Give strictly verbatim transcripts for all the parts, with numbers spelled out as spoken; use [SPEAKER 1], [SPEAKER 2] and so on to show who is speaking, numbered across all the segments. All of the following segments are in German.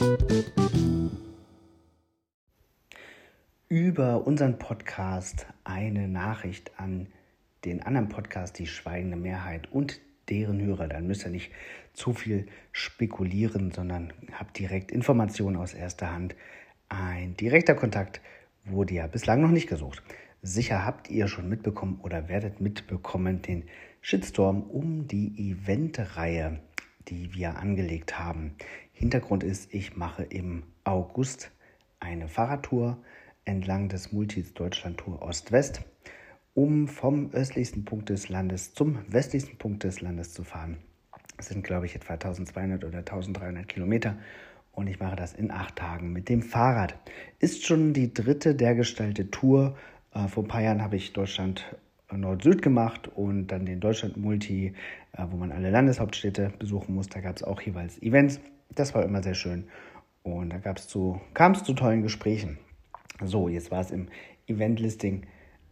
[SPEAKER 1] Über unseren Podcast eine Nachricht an den anderen Podcast, die Schweigende Mehrheit und deren Hörer. Dann müsst ihr nicht zu viel spekulieren, sondern habt direkt Informationen aus erster Hand. Ein direkter Kontakt wurde ja bislang noch nicht gesucht. Sicher habt ihr schon mitbekommen oder werdet mitbekommen den Shitstorm um die Eventreihe, die wir angelegt haben. Hintergrund ist, ich mache im August eine Fahrradtour entlang des Multis Deutschland Tour Ost-West, um vom östlichsten Punkt des Landes zum westlichsten Punkt des Landes zu fahren. Das sind, glaube ich, etwa eintausendzweihundert oder eintausenddreihundert Kilometer und ich mache das in acht Tagen mit dem Fahrrad. Ist schon die dritte dergestellte Tour. Äh, vor ein paar Jahren habe ich Deutschland Nord-Süd gemacht und dann den Deutschland-Multi, äh, wo man alle Landeshauptstädte besuchen muss. Da gab es auch jeweils Events. Das war immer sehr schön und da gab's zu, kam es zu tollen Gesprächen. So, jetzt war es im Eventlisting,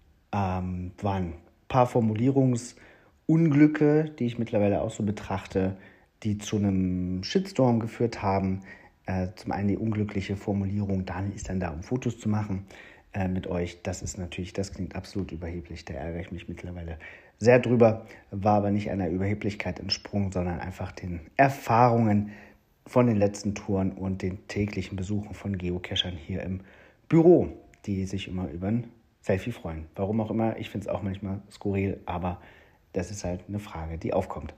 [SPEAKER 1] ähm, waren ein paar Formulierungsunglücke, die ich mittlerweile auch so betrachte, die zu einem Shitstorm geführt haben. Äh, zum einen die unglückliche Formulierung, Daniel ist dann da, um Fotos zu machen äh, mit euch. Das ist natürlich, das klingt absolut überheblich, da ärgere ich mich mittlerweile sehr drüber. War aber nicht einer Überheblichkeit entsprungen, sondern einfach den Erfahrungen von den letzten Touren und den täglichen Besuchen von Geocachern hier im Büro, die sich immer über ein Selfie freuen. Warum auch immer, ich finde es auch manchmal skurril, aber das ist halt eine Frage, die aufkommt.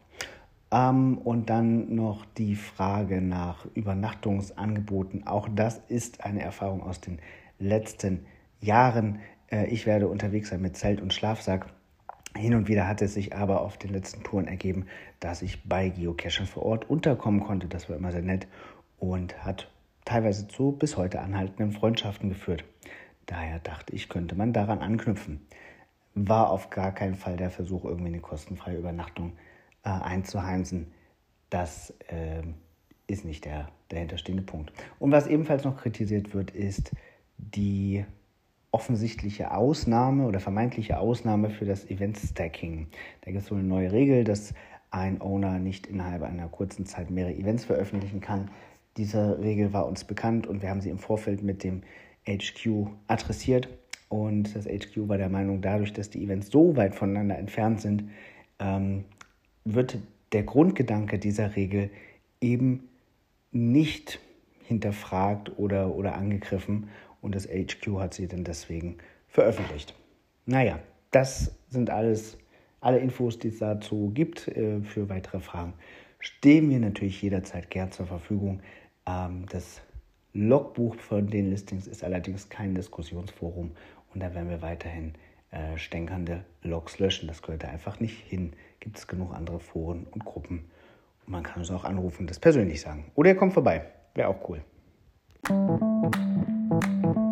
[SPEAKER 1] Ähm, und dann noch die Frage nach Übernachtungsangeboten. Auch das ist eine Erfahrung aus den letzten Jahren. Äh, ich werde unterwegs sein mit Zelt und Schlafsack. Hin und wieder hat es sich aber auf den letzten Touren ergeben, dass ich bei Geocachern vor Ort unterkommen konnte. Das war immer sehr nett und hat teilweise zu bis heute anhaltenden Freundschaften geführt. Daher dachte ich, könnte man daran anknüpfen. War auf gar keinen Fall der Versuch, irgendwie eine kostenfreie Übernachtung äh, einzuheimsen. Das äh, ist nicht der dahinterstehende Punkt. Und was ebenfalls noch kritisiert wird, ist die offensichtliche Ausnahme oder vermeintliche Ausnahme für das Event-Stacking. Da gibt es wohl eine neue Regel, dass ein Owner nicht innerhalb einer kurzen Zeit mehrere Events veröffentlichen kann. Diese Regel war uns bekannt und wir haben sie im Vorfeld mit dem H Q adressiert. Und das H Q war der Meinung, dadurch, dass die Events so weit voneinander entfernt sind, ähm, wird der Grundgedanke dieser Regel eben nicht hinterfragt oder, oder angegriffen. Und das H Q hat sie dann deswegen veröffentlicht. Naja, das sind alles alle Infos, die es dazu gibt. Äh, für weitere Fragen stehen wir natürlich jederzeit gern zur Verfügung. Ähm, das Logbuch von den Listings ist allerdings kein Diskussionsforum und da werden wir weiterhin äh, stänkernde Logs löschen. Das gehört da einfach nicht hin. Gibt es genug andere Foren und Gruppen. Und man kann uns auch anrufen, das persönlich sagen. Oder ihr kommt vorbei. Wäre auch cool.